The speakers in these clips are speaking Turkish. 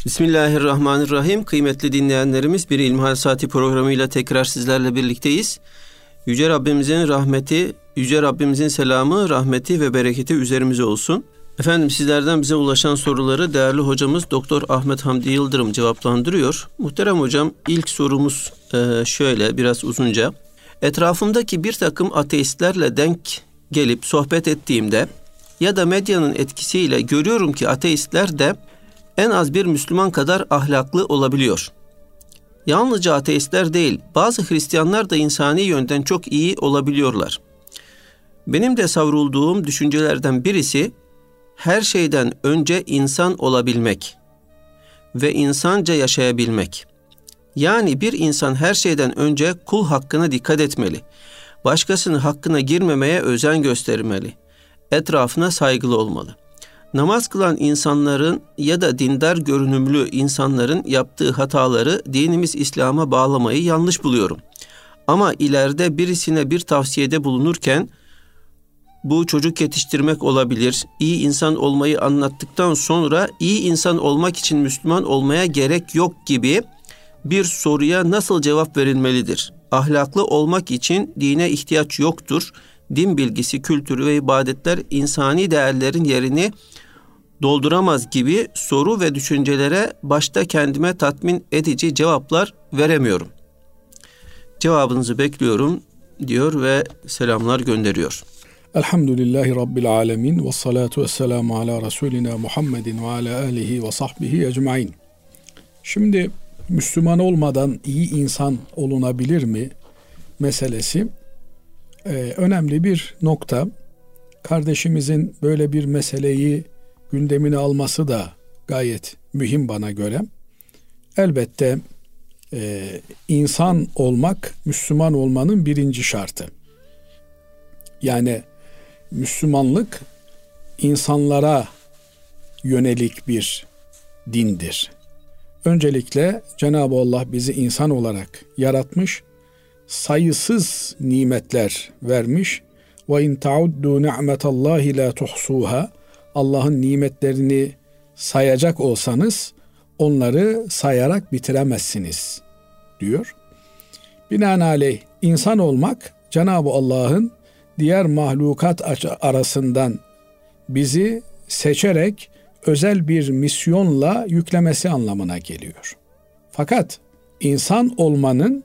Bismillahirrahmanirrahim. Kıymetli dinleyenlerimiz, bir İlmihal Saati programıyla tekrar sizlerle birlikteyiz. Yüce Rabbimizin rahmeti, Yüce Rabbimizin selamı, rahmeti ve bereketi üzerimize olsun. Efendim, sizlerden bize ulaşan soruları değerli hocamız Doktor Ahmet Hamdi Yıldırım cevaplandırıyor. Muhterem hocam, ilk sorumuz şöyle, biraz uzunca. Etrafımdaki bir takım ateistlerle denk gelip sohbet ettiğimde ya da medyanın etkisiyle görüyorum ki ateistler de en az bir Müslüman kadar ahlaklı olabiliyor. Yalnızca ateistler değil, bazı Hristiyanlar da insani yönden çok iyi olabiliyorlar. Benim de savrulduğum düşüncelerden birisi, her şeyden önce insan olabilmek ve insanca yaşayabilmek. Yani bir insan her şeyden önce kul hakkına dikkat etmeli. Başkasının hakkına girmemeye özen göstermeli. Etrafına saygılı olmalı. Namaz kılan insanların ya da dindar görünümlü insanların yaptığı hataları dinimiz İslam'a bağlamayı yanlış buluyorum. Ama ileride birisine bir tavsiyede bulunurken, bu çocuk yetiştirmek olabilir, iyi insan olmayı anlattıktan sonra iyi insan olmak için Müslüman olmaya gerek yok gibi bir soruya nasıl cevap verilmelidir? Ahlaklı olmak için dine ihtiyaç yoktur. Din bilgisi, kültürü ve ibadetler insani değerlerin yerini dolduramaz gibi soru ve düşüncelere başta kendime tatmin edici cevaplar veremiyorum. Cevabınızı bekliyorum diyor ve selamlar gönderiyor. Elhamdülillahi Rabbil alemin ve salatu ve selamu ala Resulina Muhammedin ve ala alihi ve sahbihi ecmain. Şimdi Müslüman olmadan iyi insan olunabilir mi meselesi önemli bir nokta. Kardeşimizin böyle bir meseleyi gündemine alması da gayet mühim bana göre. Elbette insan olmak Müslüman olmanın birinci şartı. Yani Müslümanlık insanlara yönelik bir dindir. Öncelikle Cenab-ı Allah bizi insan olarak yaratmış, sayısız nimetler vermiş. Ve in tauddu ni'metallahi la tuhsuha. Allah'ın nimetlerini sayacak olsanız onları sayarak bitiremezsiniz diyor. Binaenaleyh insan olmak Cenab-ı Allah'ın diğer mahlukat arasından bizi seçerek özel bir misyonla yüklemesi anlamına geliyor. Fakat insan olmanın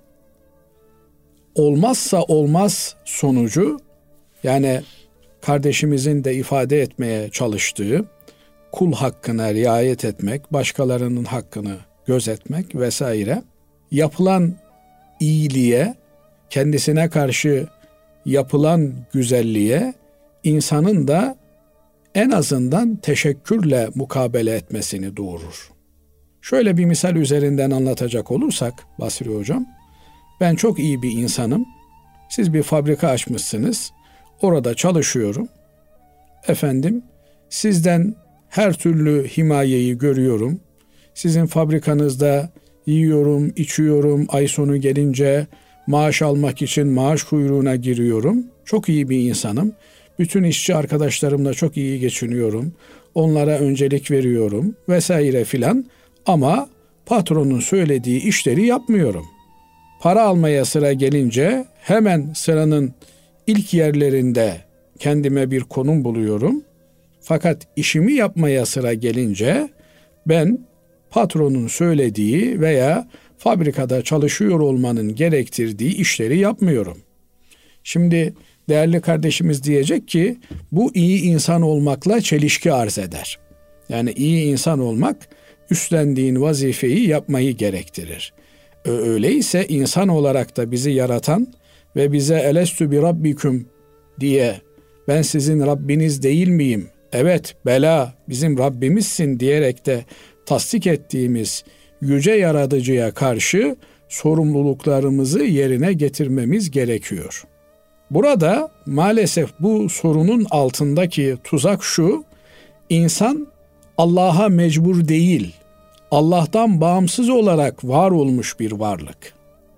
olmazsa olmaz sonucu, yani kardeşimizin de ifade etmeye çalıştığı kul hakkına riayet etmek, başkalarının hakkını gözetmek vesaire, yapılan iyiliğe, kendisine karşı yapılan güzelliğe insanın da en azından teşekkürle mukabele etmesini doğurur. Şöyle bir misal üzerinden anlatacak olursak Basri Hocam, ben çok iyi bir insanım. Siz bir fabrika açmışsınız. Orada çalışıyorum. Efendim, sizden her türlü himayeyi görüyorum. Sizin fabrikanızda yiyorum, içiyorum. Ay sonu gelince maaş almak için maaş kuyruğuna giriyorum. Çok iyi bir insanım. Bütün işçi arkadaşlarımla çok iyi geçiniyorum. Onlara öncelik veriyorum vesaire filan. Ama patronun söylediği işleri yapmıyorum. Para almaya sıra gelince hemen sıranın ilk yerlerinde kendime bir konum buluyorum. Fakat işimi yapmaya sıra gelince ben patronun söylediği veya fabrikada çalışıyor olmanın gerektirdiği işleri yapmıyorum. Şimdi değerli kardeşimiz diyecek ki bu iyi insan olmakla çelişki arz eder. Yani iyi insan olmak üstlendiğin vazifeyi yapmayı gerektirir. Öyleyse insan olarak da bizi yaratan ve bize elestü bi rabbiküm diye ben sizin Rabbiniz değil miyim? Evet, bela bizim Rabbimizsin diyerek de tasdik ettiğimiz yüce yaratıcıya karşı sorumluluklarımızı yerine getirmemiz gerekiyor. Burada maalesef bu sorunun altındaki tuzak şu: insan Allah'a mecbur değil, Allah'tan bağımsız olarak var olmuş bir varlık.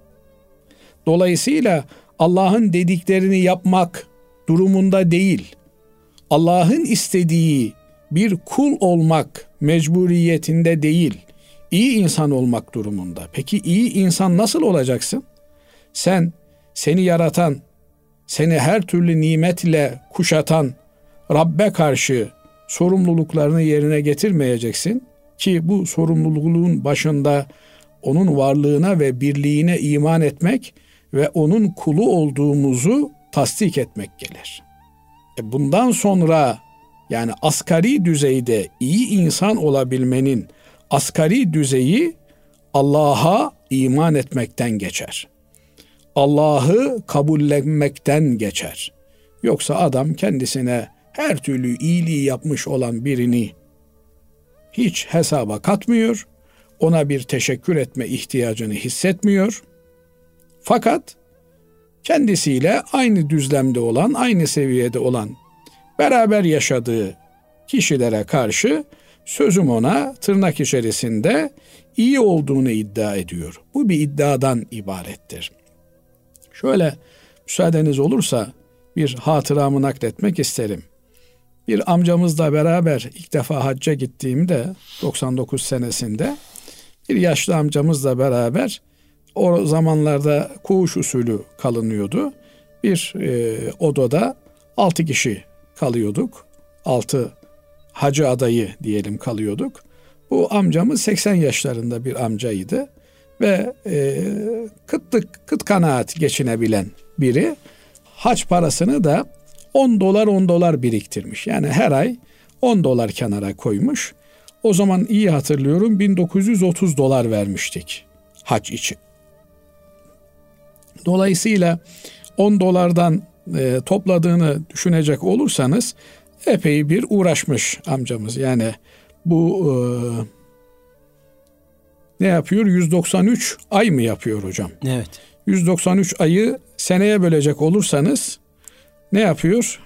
Dolayısıyla Allah'ın dediklerini yapmak durumunda değil, Allah'ın istediği bir kul olmak mecburiyetinde değil, iyi insan olmak durumunda. Peki iyi insan nasıl olacaksın? Seni yaratan, seni her türlü nimetle kuşatan Rabbe karşı sorumluluklarını yerine getirmeyeceksin ki bu sorumluluğun başında onun varlığına ve birliğine iman etmek ve onun kulu olduğumuzu tasdik etmek gelir. Bundan sonra yani asgari düzeyde iyi insan olabilmenin asgari düzeyi Allah'a iman etmekten geçer. Allah'ı kabullenmekten geçer. Yoksa adam kendisine her türlü iyiliği yapmış olan birini hiç hesaba katmıyor, ona bir teşekkür etme ihtiyacını hissetmiyor. Fakat kendisiyle aynı düzlemde olan, aynı seviyede olan, beraber yaşadığı kişilere karşı sözüm ona tırnak içerisinde iyi olduğunu iddia ediyor. Bu bir iddiadan ibarettir. Şöyle müsaadeniz olursa bir hatıramı nakletmek isterim. Bir amcamızla beraber ilk defa hacca gittiğimde 99 senesinde bir yaşlı amcamızla beraber o zamanlarda koğuş usulü kalınıyordu. Bir odada 6 kişi kalıyorduk. 6 hacı adayı diyelim kalıyorduk. Bu amcamız 80 yaşlarında bir amcaydı ve kıt kanaat geçinebilen biri. Hac parasını da $10 biriktirmiş. Yani her ay $10 kenara koymuş. O zaman iyi hatırlıyorum $1930 vermiştik hac için. Dolayısıyla $10'dan topladığını düşünecek olursanız epey bir uğraşmış amcamız. Yani bu ne yapıyor? 193 ay mı yapıyor hocam? Evet. 193 ayı seneye bölecek olursanız ne yapıyor?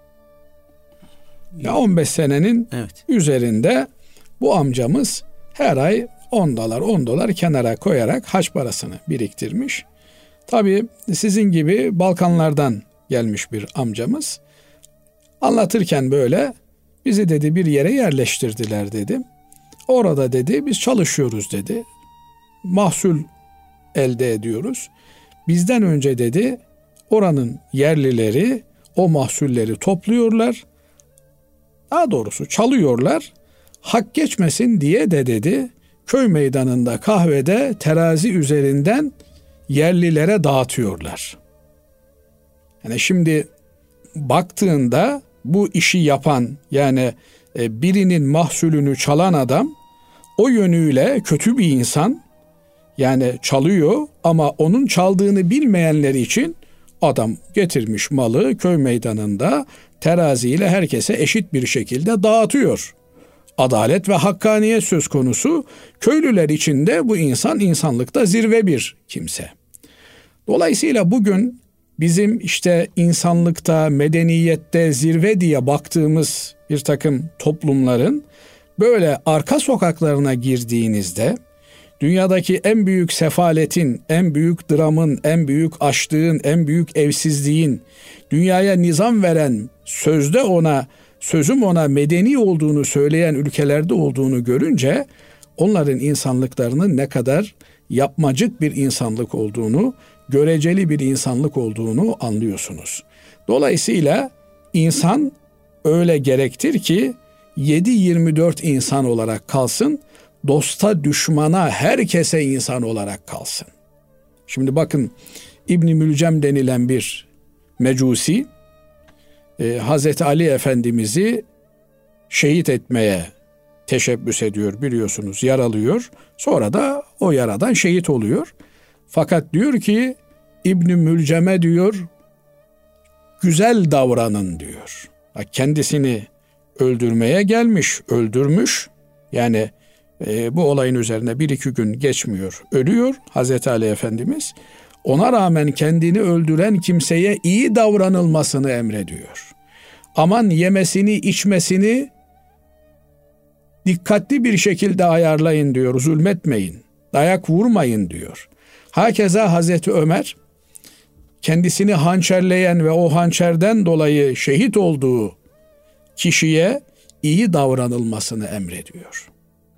Ya 15 senenin üzerinde bu amcamız her ay $10 kenara koyarak hac parasını biriktirmiş. Tabii sizin gibi Balkanlardan gelmiş bir amcamız. Anlatırken böyle bizi dedi bir yere yerleştirdiler dedi. Orada dedi biz çalışıyoruz dedi. Mahsul elde ediyoruz. Bizden önce dedi oranın yerlileri o mahsulleri topluyorlar. Daha doğrusu çalıyorlar. Hak geçmesin diye de dedi köy meydanında kahvede terazi üzerinden yerlilere dağıtıyorlar. Yani şimdi baktığında bu işi yapan yani birinin mahsulünü çalan adam o yönüyle kötü bir insan. Yani çalıyor ama onun çaldığını bilmeyenler için adam getirmiş malı köy meydanında teraziyle herkese eşit bir şekilde dağıtıyor. Adalet ve hakkaniyet söz konusu. Köylüler için de bu insan insanlıkta zirve bir kimse. Dolayısıyla bugün bizim işte insanlıkta, medeniyette zirve diye baktığımız bir takım toplumların böyle arka sokaklarına girdiğinizde dünyadaki en büyük sefaletin, en büyük dramın, en büyük açlığın, en büyük evsizliğin dünyaya nizam veren sözüm ona medeni olduğunu söyleyen ülkelerde olduğunu görünce onların insanlıklarının ne kadar yapmacık bir insanlık olduğunu, göreceli bir insanlık olduğunu anlıyorsunuz. Dolayısıyla insan öyle gerektir ki 7/24 insan olarak kalsın, dosta düşmana herkese insan olarak kalsın. Şimdi bakın İbn-i Mülcem denilen bir mecusi Hazreti Ali Efendimiz'i şehit etmeye teşebbüs ediyor biliyorsunuz, yaralıyor. Sonra da o yaradan şehit oluyor. Fakat diyor ki İbn-i Mülcem'e diyor güzel davranın diyor. Kendisini öldürmeye gelmiş, öldürmüş. Yani bu olayın üzerine 1-2 gün geçmiyor, ölüyor Hazreti Ali Efendimiz. Ona rağmen kendini öldüren kimseye iyi davranılmasını emrediyor. Aman yemesini, içmesini dikkatli bir şekilde ayarlayın diyor, zulmetmeyin, dayak vurmayın diyor. Hakeza Hazreti Ömer kendisini hançerleyen ve o hançerden dolayı şehit olduğu kişiye iyi davranılmasını emrediyor.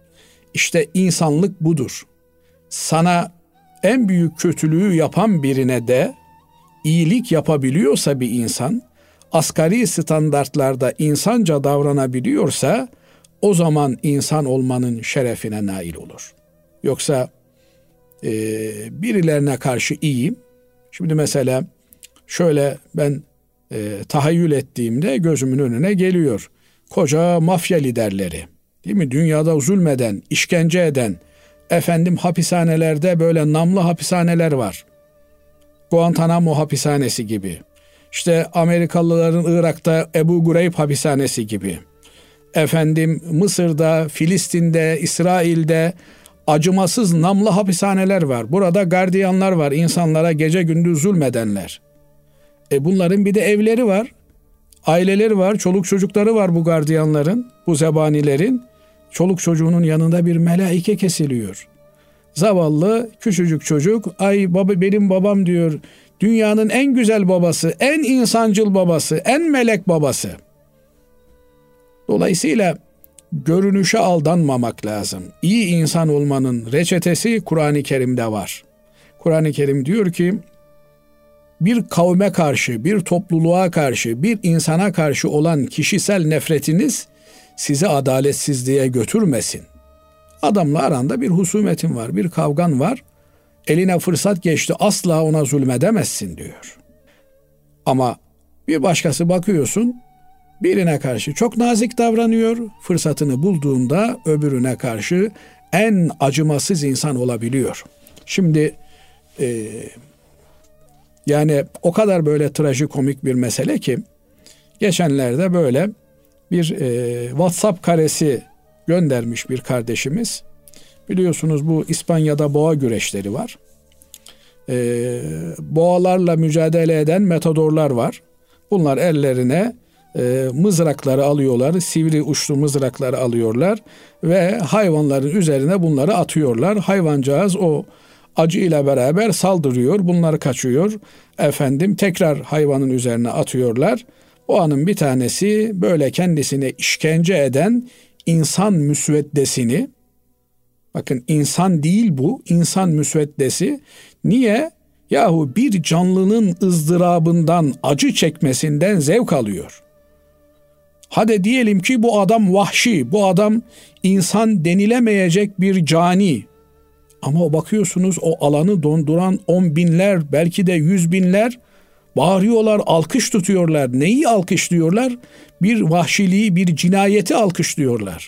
İşte insanlık budur. Sana en büyük kötülüğü yapan birine de iyilik yapabiliyorsa bir insan, asgari standartlarda insanca davranabiliyorsa, o zaman insan olmanın şerefine nail olur. Yoksa birilerine karşı iyiyim. Şimdi mesela şöyle ben tahayyül ettiğimde gözümün önüne geliyor. Koca mafya liderleri, değil mi? Dünyada zulmeden, işkence eden, hapishanelerde böyle namlı hapishaneler var. Guantanamo hapishanesi gibi. İşte Amerikalıların Irak'ta Ebu Gureyb hapishanesi gibi. Mısır'da, Filistin'de, İsrail'de acımasız namlı hapishaneler var. Burada gardiyanlar var, insanlara gece gündüz zulmedenler. Bunların bir de evleri var, aileleri var, çoluk çocukları var bu gardiyanların, bu zebanilerin. Çoluk çocuğunun yanında bir melaike kesiliyor. Zavallı küçücük çocuk, ay baba, benim babam diyor, dünyanın en güzel babası, en insancıl babası, en melek babası. Dolayısıyla görünüşe aldanmamak lazım. İyi insan olmanın reçetesi Kur'an-ı Kerim'de var. Kur'an-ı Kerim diyor ki, bir kavme karşı, bir topluluğa karşı, bir insana karşı olan kişisel nefretiniz sizi adaletsizliğe götürmesin. Adamla aranda bir husumetin var, bir kavgan var. Eline fırsat geçti, asla ona zulmedemezsin diyor. Ama bir başkası bakıyorsun, birine karşı çok nazik davranıyor, fırsatını bulduğunda öbürüne karşı en acımasız insan olabiliyor. Şimdi yani o kadar böyle trajikomik bir mesele ki, geçenlerde böyle bir WhatsApp karesi göndermiş bir kardeşimiz. Biliyorsunuz bu İspanya'da boğa güreşleri var. Boğalarla mücadele eden matadorlar var. Bunlar ellerine mızrakları alıyorlar, sivri uçlu mızrakları alıyorlar ve hayvanların üzerine bunları atıyorlar. Hayvancağız o acıyla beraber saldırıyor, bunlar kaçıyor. Tekrar hayvanın üzerine atıyorlar. Boğanın bir tanesi böyle kendisine işkence eden insan müsveddesini, bakın insan değil bu, insan müsveddesi. Niye? Yahu bir canlının ızdırabından, acı çekmesinden zevk alıyor. Hadi diyelim ki bu adam vahşi, bu adam insan denilemeyecek bir cani. Ama o bakıyorsunuz o alanı donduran 10 binler, belki de 100 binler bağırıyorlar, alkış tutuyorlar. Neyi alkışlıyorlar? Bir vahşiliği, bir cinayeti alkışlıyorlar.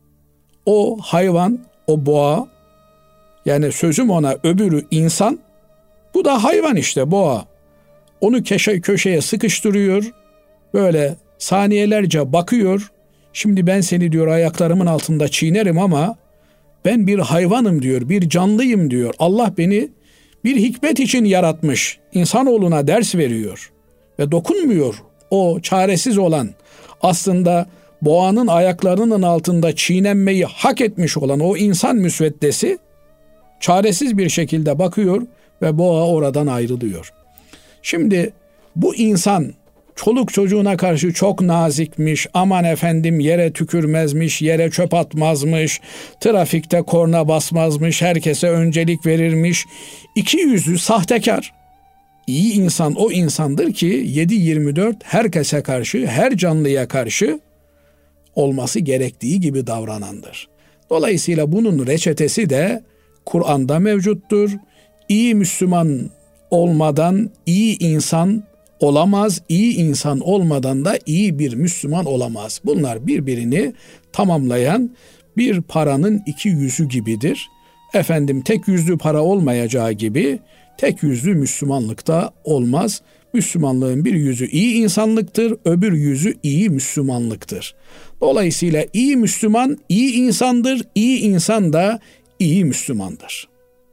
O hayvan, o boğa, yani sözüm ona, öbürü insan, bu da hayvan işte, boğa. Onu köşeye sıkıştırıyor, böyle saniyelerce bakıyor. Şimdi ben seni diyor ayaklarımın altında çiğnerim ama ben bir hayvanım diyor, bir canlıyım diyor. Allah beni bir hikmet için yaratmış. İnsanoğluna ders veriyor ve dokunmuyor. O çaresiz olan, aslında boğanın ayaklarının altında çiğnenmeyi hak etmiş olan o insan müsveddesi çaresiz bir şekilde bakıyor ve boğa oradan ayrılıyor. Şimdi bu insan çoluk çocuğuna karşı çok nazikmiş, aman yere tükürmezmiş, yere çöp atmazmış, trafikte korna basmazmış, herkese öncelik verirmiş. İki yüzlü sahtekar. İyi insan o insandır ki 7/24 herkese karşı, her canlıya karşı olması gerektiği gibi davranandır. Dolayısıyla bunun reçetesi de Kur'an'da mevcuttur. İyi Müslüman olmadan iyi insan olamaz, iyi insan olmadan da iyi bir Müslüman olamaz. Bunlar birbirini tamamlayan bir paranın iki yüzü gibidir. Tek yüzlü para olmayacağı gibi tek yüzlü Müslümanlık da olmaz. Müslümanlığın bir yüzü iyi insanlıktır, öbür yüzü iyi Müslümanlıktır. Dolayısıyla iyi Müslüman iyi insandır, iyi insan da iyi Müslümandır.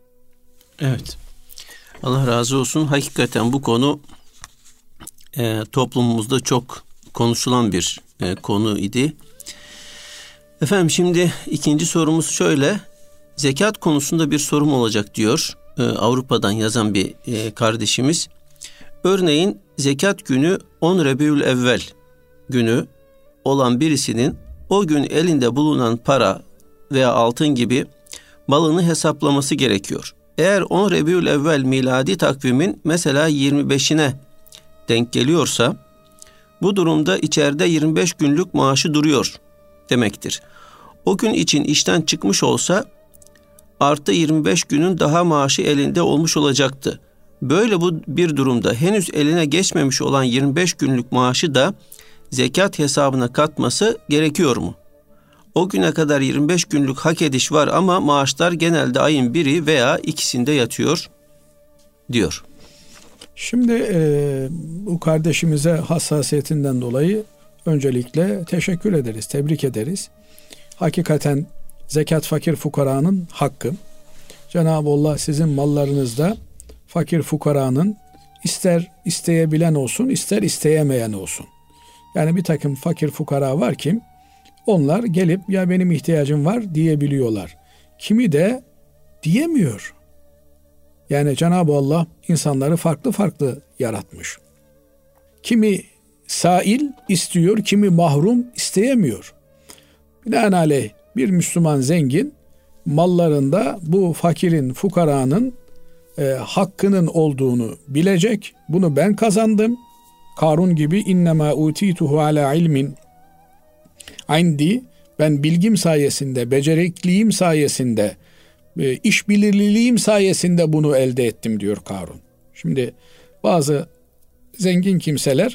Evet. Allah razı olsun. Hakikaten bu konu toplumumuzda çok konuşulan bir konu idi. Efendim şimdi ikinci sorumuz şöyle. Zekat konusunda bir sorum olacak diyor. Avrupa'dan yazan bir kardeşimiz. Örneğin zekat günü 10 Rebiülevvel günü olan birisinin o gün elinde bulunan para veya altın gibi malını hesaplaması gerekiyor. Eğer 10 Rebiülevvel miladi takvimin mesela 25'ine denk geliyorsa, bu durumda içeride 25 günlük maaşı duruyor demektir. O gün için işten çıkmış olsa artı 25 günün daha maaşı elinde olmuş olacaktı. Böyle bu bir durumda henüz eline geçmemiş olan 25 günlük maaşı da zekat hesabına katması gerekiyor mu? O güne kadar 25 günlük hak ediş var ama maaşlar genelde ayın biri veya ikisinde yatıyor diyor. Şimdi bu kardeşimize hassasiyetinden dolayı öncelikle teşekkür ederiz, tebrik ederiz. Hakikaten zekat fakir fukaranın hakkı. Cenab-ı Allah sizin mallarınızda fakir fukaranın ister isteyebilen olsun, ister isteyemeyen olsun. Yani bir takım fakir fukara var ki onlar gelip ya benim ihtiyacım var diyebiliyorlar. Kimi de diyemiyor. Yani Cenab-ı Allah insanları farklı farklı yaratmış. Kimi sail istiyor, kimi mahrum isteyemiyor. Binaenaleyh bir Müslüman zengin mallarında bu fakirin, fukaranın hakkının olduğunu bilecek. Bunu ben kazandım. Karun gibi innema utituhu ala ilmin indi. Ben bilgim sayesinde, becerikliğim sayesinde, işbirliğim sayesinde bunu elde ettim diyor Karun. Şimdi bazı zengin kimseler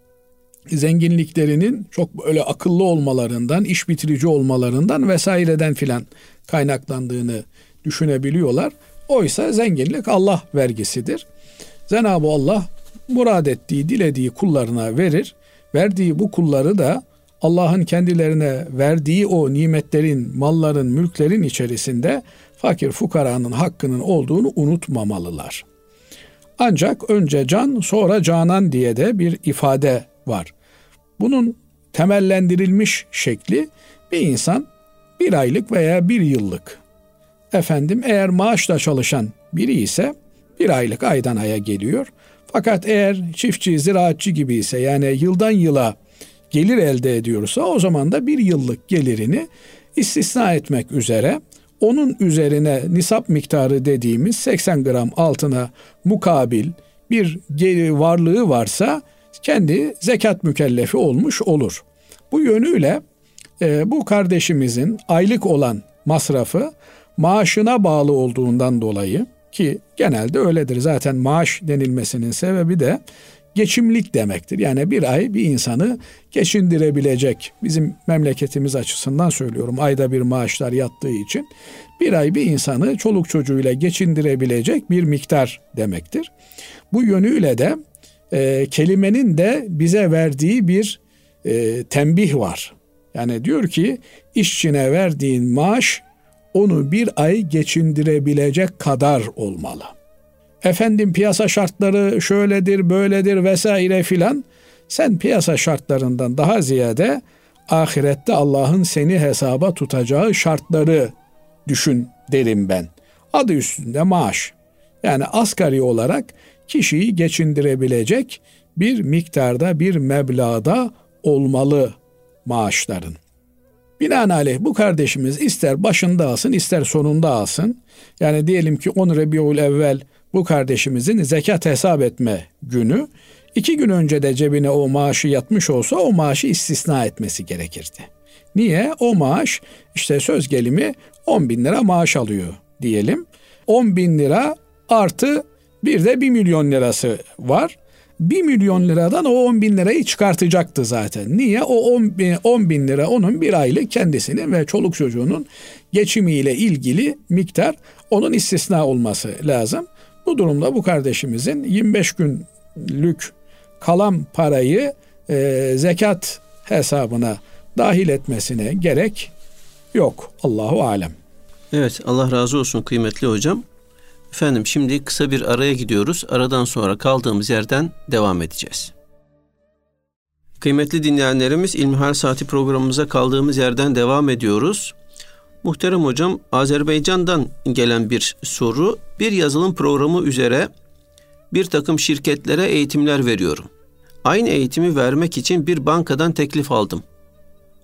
zenginliklerinin çok böyle akıllı olmalarından, iş bitirici olmalarından vesaireden filan kaynaklandığını düşünebiliyorlar. Oysa zenginlik Allah vergisidir. Cenab-ı Allah murad ettiği, dilediği kullarına verir. Verdiği bu kulları da Allah'ın kendilerine verdiği o nimetlerin, malların, mülklerin içerisinde fakir fukaranın hakkının olduğunu unutmamalılar. Ancak önce can sonra canan diye de bir ifade var. Bunun temellendirilmiş şekli bir insan bir aylık veya bir yıllık eğer maaşla çalışan biri ise bir aylık aydan aya geliyor. Fakat eğer çiftçi, ziraatçı gibi ise yani yıldan yıla gelir elde ediyorsa o zaman da bir yıllık gelirini istisna etmek üzere onun üzerine nisap miktarı dediğimiz 80 gram altına mukabil bir varlığı varsa kendi zekat mükellefi olmuş olur. Bu yönüyle bu kardeşimizin aylık olan masrafı maaşına bağlı olduğundan dolayı ki genelde öyledir. Zaten maaş denilmesinin sebebi de geçimlik demektir. Yani bir ay bir insanı geçindirebilecek, bizim memleketimiz açısından söylüyorum, ayda bir maaşlar yattığı için bir ay bir insanı çoluk çocuğuyla geçindirebilecek bir miktar demektir. Bu yönüyle de kelimenin de bize verdiği bir tembih var. Yani diyor ki işçine verdiğin maaş onu bir ay geçindirebilecek kadar olmalı. Efendim piyasa şartları şöyledir, böyledir vesaire filan. Sen piyasa şartlarından daha ziyade ahirette Allah'ın seni hesaba tutacağı şartları düşün derim ben. Adı üstünde maaş. Yani asgari olarak kişiyi geçindirebilecek bir miktarda, bir meblağda olmalı maaşların. Binaenaleyh bu kardeşimiz ister başında alsın ister sonunda alsın. Yani diyelim ki 10 Rebiülevvel bu kardeşimizin zekat hesap etme günü. 2 gün önce de cebine o maaşı yatmış olsa o maaşı istisna etmesi gerekirdi. Niye? O maaş işte söz gelimi 10 bin lira maaş alıyor diyelim. 10 bin lira artı bir de 1 milyon lirası var. 1 milyon liradan o 10 bin lirayı çıkartacaktı zaten. Niye? O 10 bin lira onun bir aylık kendisinin ve çoluk çocuğunun geçimiyle ilgili miktar onun istisna olması lazım. Bu durumda bu kardeşimizin 25 günlük kalan parayı zekat hesabına dahil etmesine gerek yok. Allahu alem. Evet, Allah razı olsun kıymetli hocam. Efendim şimdi kısa bir araya gidiyoruz. Aradan sonra kaldığımız yerden devam edeceğiz. Kıymetli dinleyenlerimiz, İlmihal Saati programımıza kaldığımız yerden devam ediyoruz. Muhterem hocam, Azerbaycan'dan gelen bir soru. Bir yazılım programı üzere bir takım şirketlere eğitimler veriyorum. Aynı eğitimi vermek için bir bankadan teklif aldım.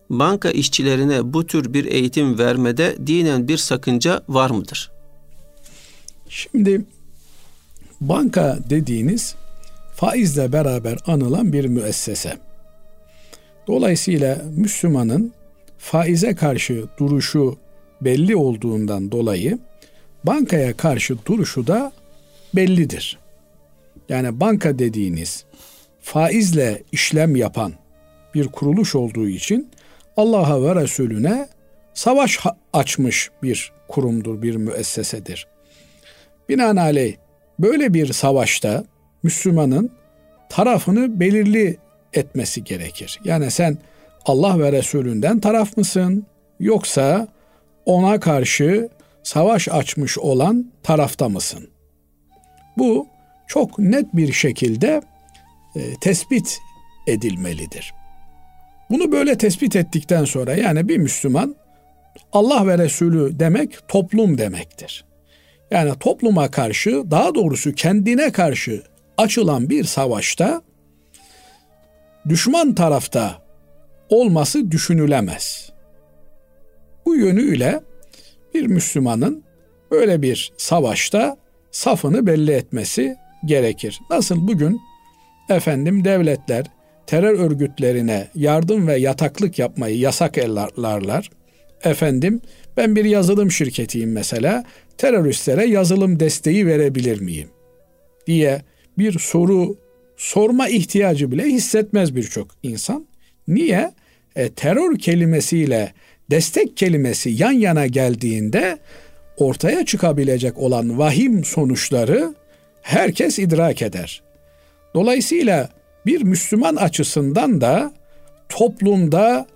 banka işçilerine bu tür bir eğitim vermede dinen bir sakınca var mıdır? Şimdi banka dediğiniz faizle beraber anılan bir müessese. Dolayısıyla Müslümanın faize karşı duruşu belli olduğundan dolayı bankaya karşı duruşu da bellidir. Yani banka dediğiniz faizle işlem yapan bir kuruluş olduğu için Allah'a ve Resulüne savaş açmış bir kurumdur, bir müessesedir. Binaenaleyh böyle bir savaşta Müslümanın tarafını belirli etmesi gerekir. Yani sen Allah ve Resulünden taraf mısın, yoksa ona karşı savaş açmış olan tarafta mısın? Bu çok net bir şekilde tespit edilmelidir. Bunu böyle tespit ettikten sonra, yani bir Müslüman, Allah ve Resulü demek toplum demektir. Yani topluma karşı, daha doğrusu kendine karşı açılan bir savaşta düşman tarafta olması düşünülemez. Bu yönüyle bir Müslümanın böyle bir savaşta safını belli etmesi gerekir. Nasıl bugün devletler terör örgütlerine yardım ve yataklık yapmayı yasaklarlar. Ben bir yazılım şirketiyim mesela, teröristlere yazılım desteği verebilir miyim diye bir soru sorma ihtiyacı bile hissetmez birçok insan. Niye? Terör kelimesiyle destek kelimesi yan yana geldiğinde ortaya çıkabilecek olan vahim sonuçları herkes idrak eder. Dolayısıyla bir Müslüman açısından da toplumda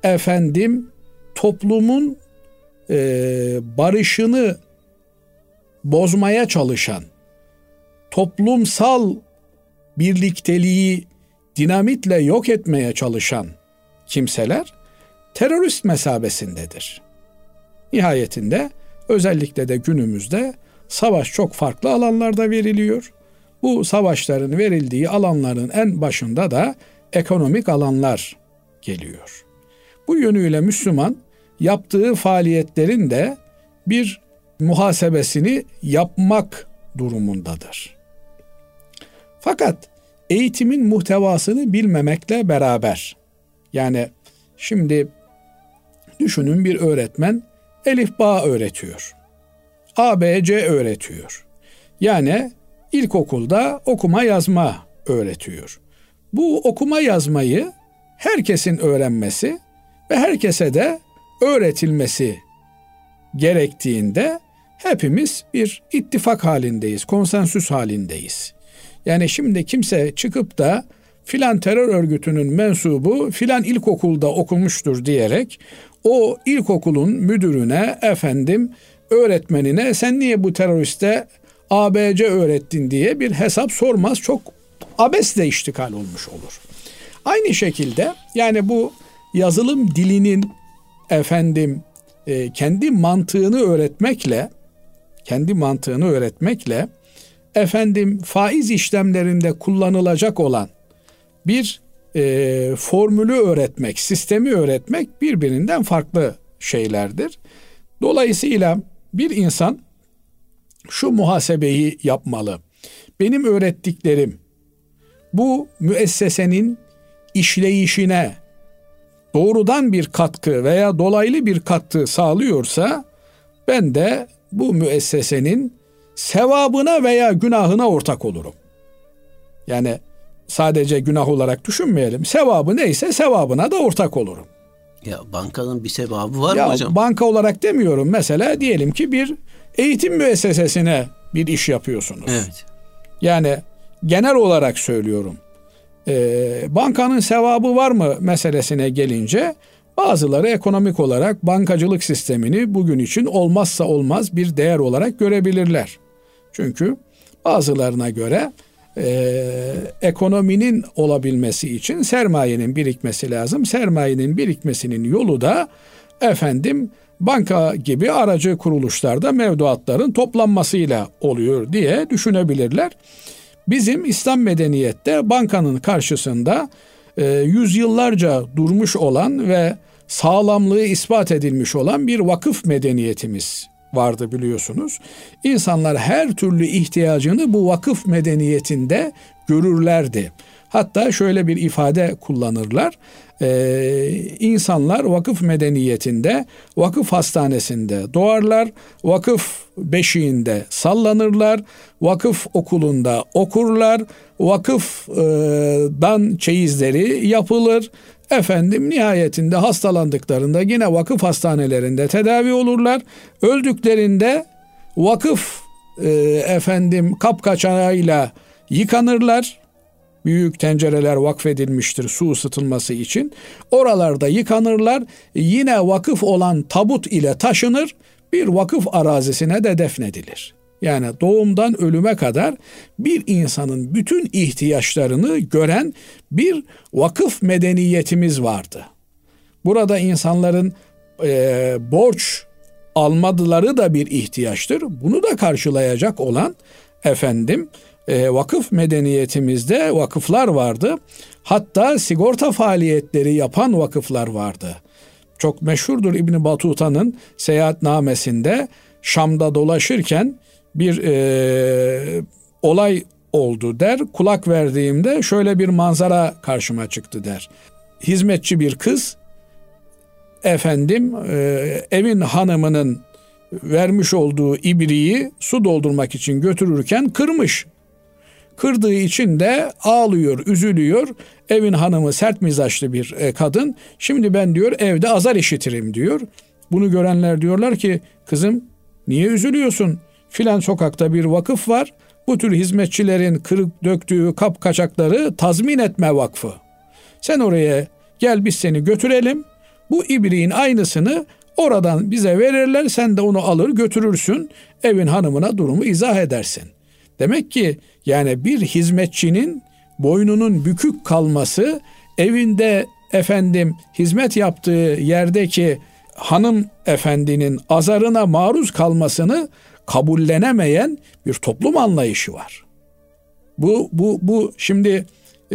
toplumun barışını bozmaya çalışan, toplumsal birlikteliği dinamitle yok etmeye çalışan kimseler terörist mesabesindedir. Nihayetinde özellikle de günümüzde savaş çok farklı alanlarda veriliyor. Bu savaşların verildiği alanların en başında da ekonomik alanlar geliyor. Bu yönüyle Müslüman yaptığı faaliyetlerin de bir muhasebesini yapmak durumundadır. Fakat eğitimin muhtevasını bilmemekle beraber, yani şimdi düşünün, bir öğretmen elif ba öğretiyor. A, B, C öğretiyor. Yani ilkokulda okuma yazma öğretiyor. Bu okuma yazmayı herkesin öğrenmesi ve herkese de öğretilmesi gerektiğinde hepimiz bir ittifak halindeyiz, konsensüs halindeyiz. Yani şimdi kimse çıkıp da filan terör örgütünün mensubu filan ilkokulda okumuştur diyerek o ilkokulun müdürüne, öğretmenine sen niye bu teröriste ABC öğrettin diye bir hesap sormaz. Çok abesle iştikal olmuş olur. Aynı şekilde yani bu yazılım dilinin kendi mantığını öğretmekle faiz işlemlerinde kullanılacak olan bir formülü öğretmek, sistemi öğretmek birbirinden farklı şeylerdir. Dolayısıyla bir insan şu muhasebeyi yapmalı. Benim öğrettiklerim bu müessesenin işleyişine doğrudan bir katkı veya dolaylı bir katkı sağlıyorsa ben de bu müessesenin sevabına veya günahına ortak olurum. Yani sadece günah olarak düşünmeyelim. Sevabı neyse sevabına da ortak olurum. Ya bankanın bir sevabı var mı hocam? Banka olarak demiyorum. Mesela diyelim ki bir eğitim müessesesine bir iş yapıyorsunuz. Evet. Yani genel olarak söylüyorum. Bankanın sevabı var mı meselesine gelince bazıları ekonomik olarak bankacılık sistemini bugün için olmazsa olmaz bir değer olarak görebilirler. Çünkü bazılarına göre ekonominin olabilmesi için sermayenin birikmesi lazım. Sermayenin birikmesinin yolu da banka gibi aracı kuruluşlarda mevduatların toplanmasıyla oluyor diye düşünebilirler. Bizim İslam medeniyette bankanın karşısında yüzyıllarca durmuş olan ve sağlamlığı ispat edilmiş olan bir vakıf medeniyetimiz vardı biliyorsunuz. İnsanlar her türlü ihtiyacını bu vakıf medeniyetinde görürlerdi. Hatta şöyle bir ifade kullanırlar. İnsanlar vakıf medeniyetinde, vakıf hastanesinde doğarlar, vakıf beşiğinde sallanırlar, vakıf okulunda okurlar, vakıfdan çeyizleri yapılır. Nihayetinde hastalandıklarında yine vakıf hastanelerinde tedavi olurlar. Öldüklerinde vakıf kapkaçağıyla yıkanırlar. Büyük tencereler vakfedilmiştir su ısıtılması için. Oralarda yıkanırlar. Yine vakıf olan tabut ile taşınır. Bir vakıf arazisine de defnedilir. Yani doğumdan ölüme kadar bir insanın bütün ihtiyaçlarını gören bir vakıf medeniyetimiz vardı. Burada insanların borç almadıları da bir ihtiyaçtır. Bunu da karşılayacak olan vakıf medeniyetimizde vakıflar vardı. Hatta sigorta faaliyetleri yapan vakıflar vardı. Çok meşhurdur İbn Batuta'nın seyahatnamesinde Şam'da dolaşırken bir olay oldu der. Kulak verdiğimde şöyle bir manzara karşıma çıktı der. Hizmetçi bir kız evin hanımının vermiş olduğu ibriği su doldurmak için götürürken kırmış. Kırdığı için de ağlıyor, üzülüyor. Evin hanımı sert mizaçlı bir kadın. Şimdi ben diyor evde azar işitirim diyor. Bunu görenler diyorlar ki kızım niye üzülüyorsun? Filan sokakta bir vakıf var. Bu tür hizmetçilerin kırıp döktüğü kapkaçakları tazmin etme vakfı. Sen oraya gel biz seni götürelim. Bu ibriğin aynısını oradan bize verirler. Sen de onu alır götürürsün. Evin hanımına durumu izah edersin. Demek ki yani bir hizmetçinin boynunun bükük kalması, evinde hizmet yaptığı yerdeki hanım efendinin azarına maruz kalmasını kabullenemeyen bir toplum anlayışı var. Bu şimdi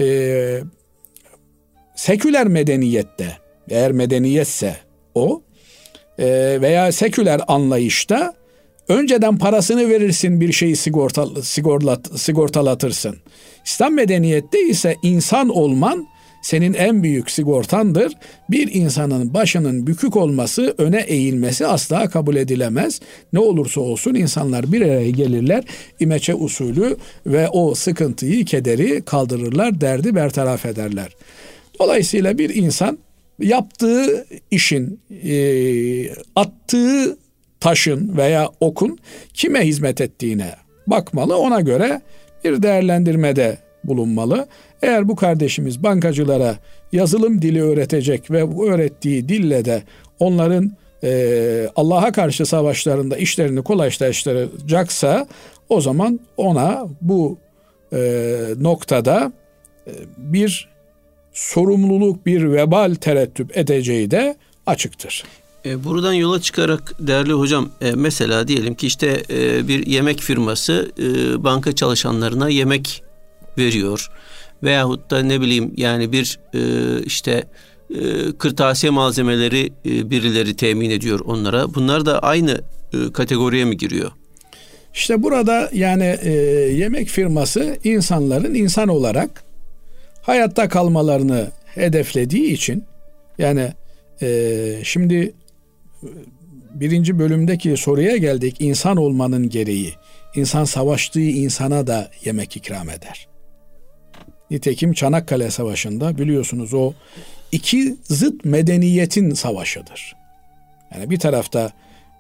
seküler medeniyette, eğer medeniyetse o veya seküler anlayışta önceden parasını verirsin, bir şeyi sigortalatırsın. İslam medeniyette ise insan olman senin en büyük sigortandır. Bir insanın başının bükük olması, öne eğilmesi asla kabul edilemez. Ne olursa olsun insanlar bir araya gelirler, imeçe usulü ve o sıkıntıyı, kederi kaldırırlar, derdi bertaraf ederler. Dolayısıyla bir insan yaptığı işin, attığı taşın veya okun kime hizmet ettiğine bakmalı. Ona göre bir değerlendirmede bulunmalı. Eğer bu kardeşimiz bankacılara yazılım dili öğretecek ve bu öğrettiği dille de onların Allah'a karşı savaşlarında işlerini kolaylaştıracaksa o zaman ona bu noktada bir sorumluluk, bir vebal terettüp edeceği de açıktır. Buradan yola çıkarak değerli hocam, mesela diyelim ki işte bir yemek firması banka çalışanlarına yemek veriyor veyahut da ne bileyim yani bir kırtasiye malzemeleri birileri temin ediyor onlara. Bunlar da aynı kategoriye mi giriyor? İşte burada yani yemek firması insanların insan olarak hayatta kalmalarını hedeflediği için yani şimdi birinci bölümdeki soruya geldik. İnsan olmanın gereği. İnsan savaştığı insana da yemek ikram eder. Nitekim Çanakkale Savaşı'nda biliyorsunuz o iki zıt medeniyetin savaşıdır. Yani bir tarafta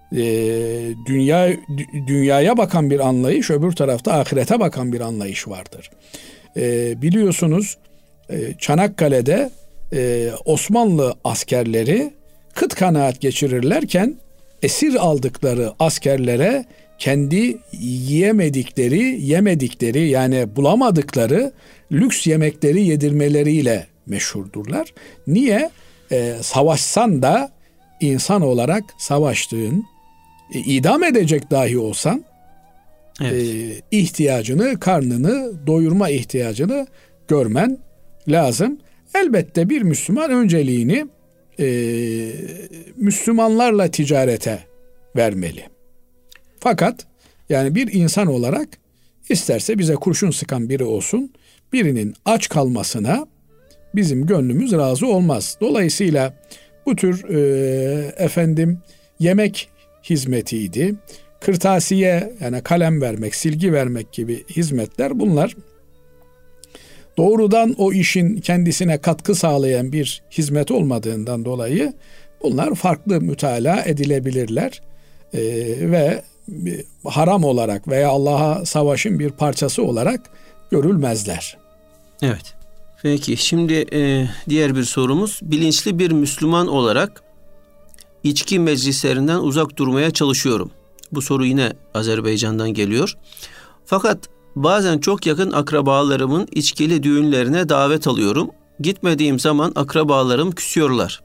dünyaya bakan bir anlayış, öbür tarafta ahirete bakan bir anlayış vardır. Biliyorsunuz Çanakkale'de Osmanlı askerleri kıt kanaat geçirirlerken esir aldıkları askerlere kendi yemedikleri yani bulamadıkları lüks yemekleri yedirmeleriyle meşhurdurlar. Niye? Savaşsan da insan olarak savaştığın, idam edecek dahi olsan ihtiyacını, karnını doyurma ihtiyacını görmen lazım. Elbette bir Müslüman önceliğini Müslümanlarla ticarete vermeli. Fakat yani bir insan olarak isterse bize kurşun sıkan biri olsun, birinin aç kalmasına bizim gönlümüz razı olmaz. Dolayısıyla bu tür yemek hizmetiydi, kırtasiye yani kalem vermek, silgi vermek gibi hizmetler, bunlar doğrudan o işin kendisine katkı sağlayan bir hizmet olmadığından dolayı bunlar farklı mütalaa edilebilirler ve haram olarak veya Allah'a savaşın bir parçası olarak görülmezler. Evet. Peki şimdi diğer bir sorumuz. Bilinçli bir Müslüman olarak içki meclislerinden uzak durmaya çalışıyorum. Bu soru yine Azerbaycan'dan geliyor. Fakat bazen çok yakın akrabalarımın içkili düğünlerine davet alıyorum. Gitmediğim zaman akrabalarım küsüyorlar.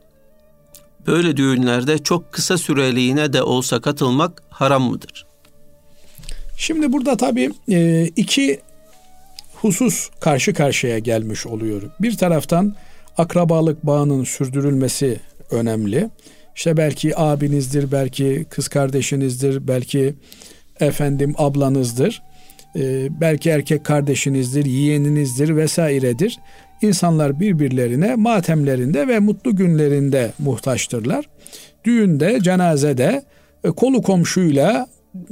Böyle düğünlerde çok kısa süreliğine de olsa katılmak haram mıdır? Şimdi burada tabii iki husus karşı karşıya gelmiş oluyor. Bir taraftan akrabalık bağının sürdürülmesi önemli. İşte belki abinizdir, belki kız kardeşinizdir, belki ablanızdır, belki erkek kardeşinizdir, yeğeninizdir vesairedir. İnsanlar birbirlerine matemlerinde ve mutlu günlerinde muhtaçtırlar. Düğünde, cenazede kolu komşuyla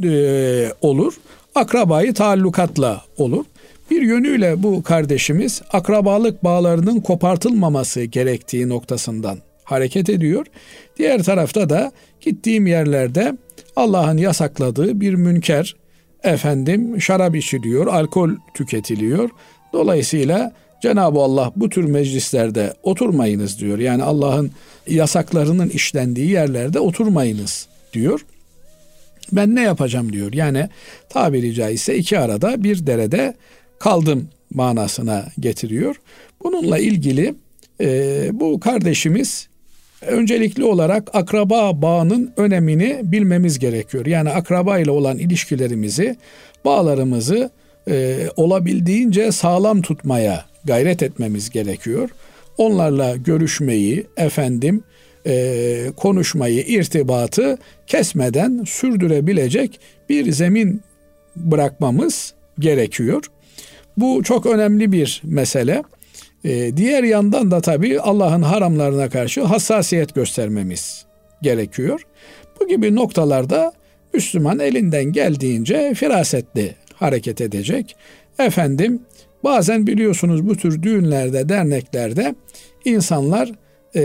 olur, akrabayı taallukatla olur. Bir yönüyle bu kardeşimiz akrabalık bağlarının kopartılmaması gerektiği noktasından hareket ediyor. Diğer tarafta da gittiğim yerlerde Allah'ın yasakladığı bir münker, şarap içiliyor, alkol tüketiliyor. Dolayısıyla Cenab-ı Allah bu tür meclislerde oturmayınız diyor. Yani Allah'ın yasaklarının işlendiği yerlerde oturmayınız diyor. Ben ne yapacağım diyor. Yani tabiri caizse iki arada bir derede kaldım manasına getiriyor. Bununla ilgili bu kardeşimiz öncelikli olarak akraba bağının önemini bilmemiz gerekiyor. Yani akraba ile olan ilişkilerimizi, bağlarımızı olabildiğince sağlam tutmaya gayret etmemiz gerekiyor. Onlarla görüşmeyi, konuşmayı, irtibatı kesmeden sürdürebilecek bir zemin bırakmamız gerekiyor. Bu çok önemli bir mesele. Diğer yandan da tabii Allah'ın haramlarına karşı hassasiyet göstermemiz gerekiyor. Bu gibi noktalarda Müslüman elinden geldiğince firasetli hareket edecek. Bazen biliyorsunuz bu tür düğünlerde, derneklerde insanlar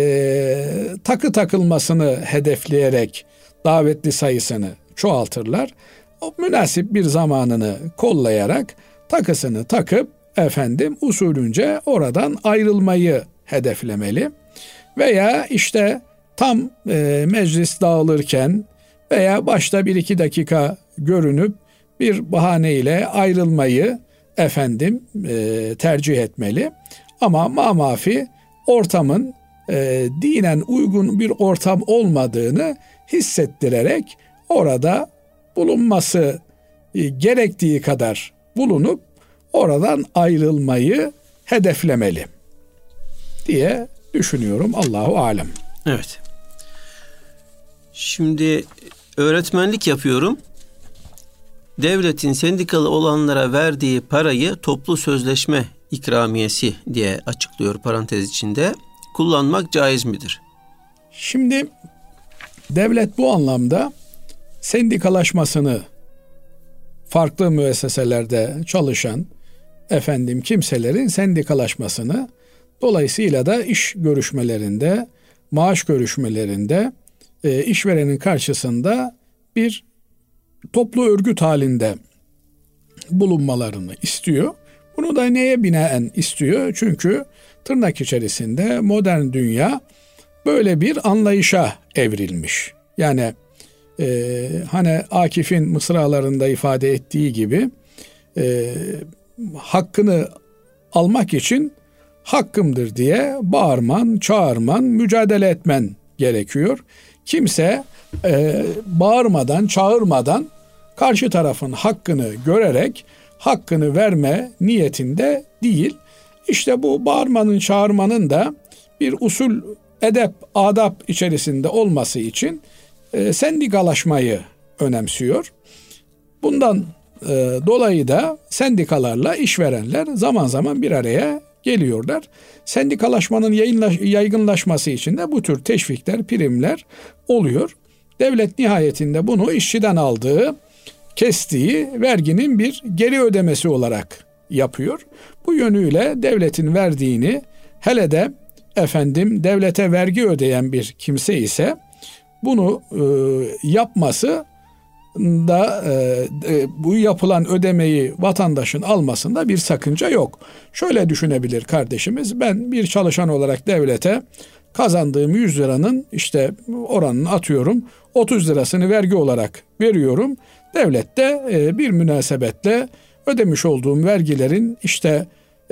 takı takılmasını hedefleyerek davetli sayısını çoğaltırlar. O münasip bir zamanını kollayarak takısını takıp usulünce oradan ayrılmayı hedeflemeli. Veya işte tam meclis dağılırken veya başta 1-2 dakika görünüp bir bahaneyle ayrılmayı tercih etmeli. Ama mamafi ortamın dinen uygun bir ortam olmadığını hissettirerek orada bulunması gerektiği kadar bulunup oradan ayrılmayı hedeflemeli diye düşünüyorum. Allahu alem. Evet. Şimdi öğretmenlik yapıyorum. Devletin sendikalı olanlara verdiği parayı toplu sözleşme ikramiyesi diye açıklıyor parantez içinde. Kullanmak caiz midir? Şimdi devlet bu anlamda sendikalaşmasını farklı müesseselerde çalışan kimselerin sendikalaşmasını, dolayısıyla da iş görüşmelerinde, maaş görüşmelerinde işverenin karşısında bir toplu örgüt halinde bulunmalarını istiyor. Bunu da neye binaen istiyor? Çünkü tırnak içerisinde modern dünya böyle bir anlayışa evrilmiş. Yani Akif'in mısralarında ifade ettiği gibi hakkını almak için hakkımdır diye bağırman, çağırman, mücadele etmen gerekiyor. Kimse bağırmadan, çağırmadan karşı tarafın hakkını görerek hakkını verme niyetinde değil. İşte bu bağırmanın, çağırmanın da bir usul edep, adap içerisinde olması için sendikalaşmayı önemsiyor. Bundan dolayı da sendikalarla işverenler zaman zaman bir araya geliyorlar. Sendikalaşmanın yaygınlaşması için de bu tür teşvikler, primler oluyor. Devlet nihayetinde bunu işçiden aldığı, kestiği verginin bir geri ödemesi olarak yapıyor. Bu yönüyle devletin verdiğini, hele de devlete vergi ödeyen bir kimse ise bunu yapması da bu yapılan ödemeyi vatandaşın almasında bir sakınca yok. Şöyle düşünebilir kardeşimiz: ben bir çalışan olarak devlete kazandığım 100 liranın işte oranını atıyorum 30 lirasını vergi olarak veriyorum. Devlet de bir münasebetle ödemiş olduğum vergilerin işte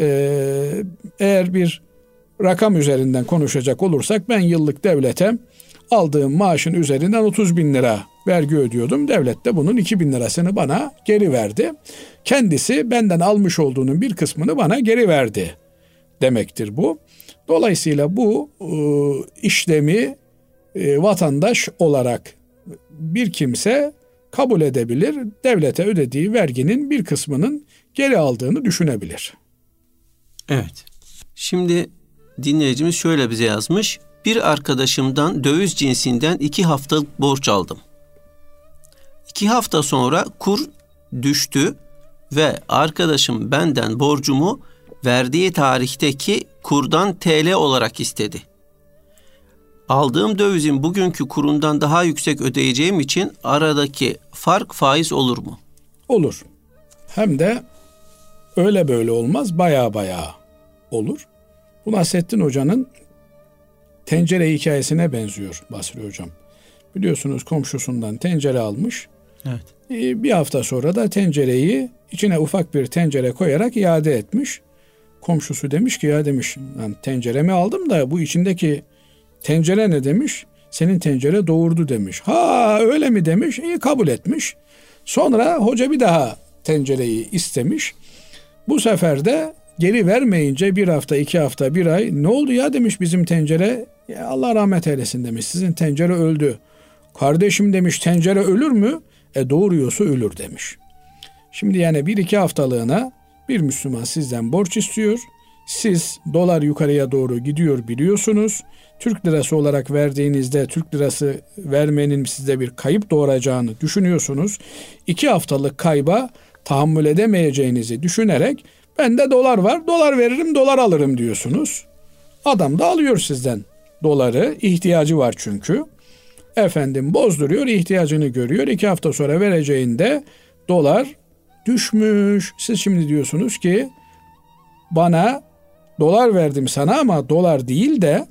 eğer bir rakam üzerinden konuşacak olursak, ben yıllık devlete aldığım maaşın üzerinden 30 bin lira vergi ödüyordum. Devlet de bunun 2 bin lirasını bana geri verdi. Kendisi benden almış olduğunun bir kısmını bana geri verdi demektir bu. Dolayısıyla bu işlemi vatandaş olarak bir kimse kabul edebilir. Devlete ödediği verginin bir kısmının geri aldığını düşünebilir. Evet. Şimdi dinleyicimiz şöyle bize yazmış: bir arkadaşımdan döviz cinsinden 2 haftalık borç aldım. 2 hafta sonra kur düştü ve arkadaşım benden borcumu verdiği tarihteki kurdan TL olarak istedi. Aldığım dövizin bugünkü kurundan daha yüksek ödeyeceğim için aradaki fark faiz olur mu? Olur. Hem de öyle böyle olmaz, baya olur. Bu Nasrettin Hoca'nın tencere hikayesine benziyor Basri Hocam. Biliyorsunuz komşusundan tencere almış. Evet. Bir hafta sonra da tencereyi içine ufak bir tencere koyarak iade etmiş. Komşusu demiş ki, ya demiş, ben tenceremi aldım da bu içindeki tencere ne demiş? Senin tencere doğurdu demiş. Ha öyle mi demiş? İyi, kabul etmiş. Sonra hoca bir daha tencereyi istemiş. Bu sefer de geri vermeyince 1 hafta, 2 hafta, 1 ay, ne oldu ya demiş bizim tencere? Ya Allah rahmet eylesin demiş, sizin tencere öldü. Kardeşim demiş, tencere ölür mü? Doğuruyorsa ölür demiş. Şimdi yani 1-2 haftalığına bir Müslüman sizden borç istiyor. Siz dolar yukarıya doğru gidiyor biliyorsunuz. Türk lirası olarak verdiğinizde Türk lirası vermenin size bir kayıp doğuracağını düşünüyorsunuz. 2 haftalık kayba tahammül edemeyeceğinizi düşünerek bende dolar var, dolar veririm, dolar alırım diyorsunuz. Adam da alıyor sizden doları, ihtiyacı var çünkü. Bozduruyor, ihtiyacını görüyor. 2 hafta sonra vereceğinde dolar düşmüş. Siz şimdi diyorsunuz ki bana dolar verdim sana ama dolar değil de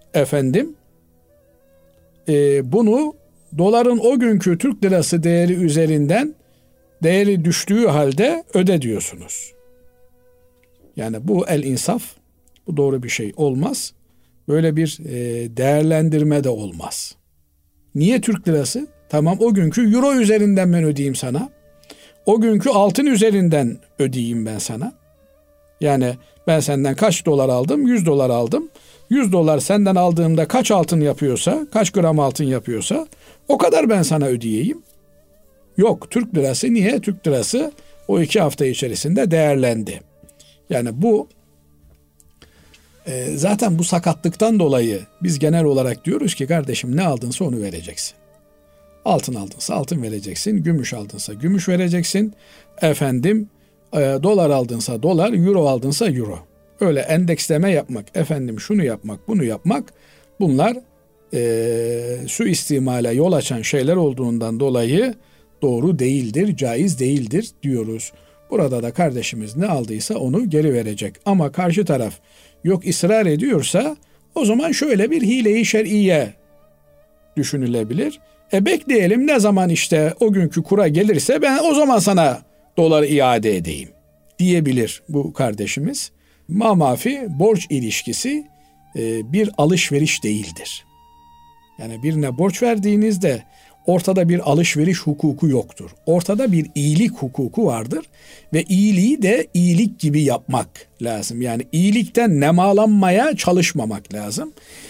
bunu doların o günkü Türk lirası değeri üzerinden değeri düştüğü halde öde diyorsunuz. Yani bu el insaf, bu doğru bir şey olmaz. Böyle bir değerlendirme de olmaz. Niye Türk lirası? Tamam, o günkü euro üzerinden ben ödeyeyim sana. O günkü altın üzerinden ödeyeyim ben sana. Yani ben senden kaç dolar aldım? 100 dolar aldım. 100 dolar senden aldığımda kaç altın yapıyorsa, kaç gram altın yapıyorsa o kadar ben sana ödeyeyim. Yok, Türk lirası. Niye? Türk lirası o 2 hafta içerisinde değerlendi. Yani bu zaten bu sakatlıktan dolayı biz genel olarak diyoruz ki kardeşim, ne aldınsa onu vereceksin. Altın aldınsa altın vereceksin, gümüş aldınsa gümüş vereceksin. Dolar aldınsa dolar, euro aldınsa euro. Öyle endeksleme yapmak, şunu yapmak, bunu yapmak, bunlar suistimale yol açan şeyler olduğundan dolayı doğru değildir, caiz değildir diyoruz. Burada da kardeşimiz ne aldıysa onu geri verecek. Ama karşı taraf yok ısrar ediyorsa o zaman şöyle bir hile-i şer'iye düşünülebilir. Bekleyelim, ne zaman işte o günkü kura gelirse ben o zaman sana doları iade edeyim diyebilir bu kardeşimiz. Mamafi borç ilişkisi bir alışveriş değildir. Yani birine borç verdiğinizde ortada bir alışveriş hukuku yoktur. Ortada bir iyilik hukuku vardır ve iyiliği de iyilik gibi yapmak lazım. Yani iyilikten nemalanmaya çalışmamak lazım.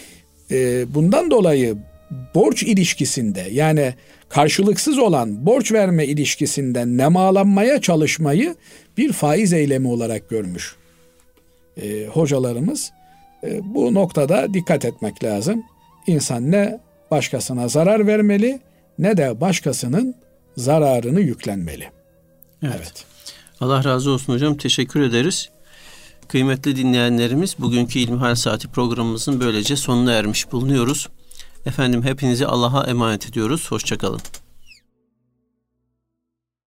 bundan dolayı borç ilişkisinde, yani karşılıksız olan borç verme ilişkisinden nemalanmaya çalışmayı bir faiz eylemi olarak görmüş hocalarımız. Bu noktada dikkat etmek lazım. İnsan ne başkasına zarar vermeli ne de başkasının zararını yüklenmeli. Evet. Allah razı olsun hocam. Teşekkür ederiz. Kıymetli dinleyenlerimiz, bugünkü İlmihal Saati programımızın böylece sonuna ermiş bulunuyoruz. Efendim, hepinizi Allah'a emanet ediyoruz. Hoşça kalın.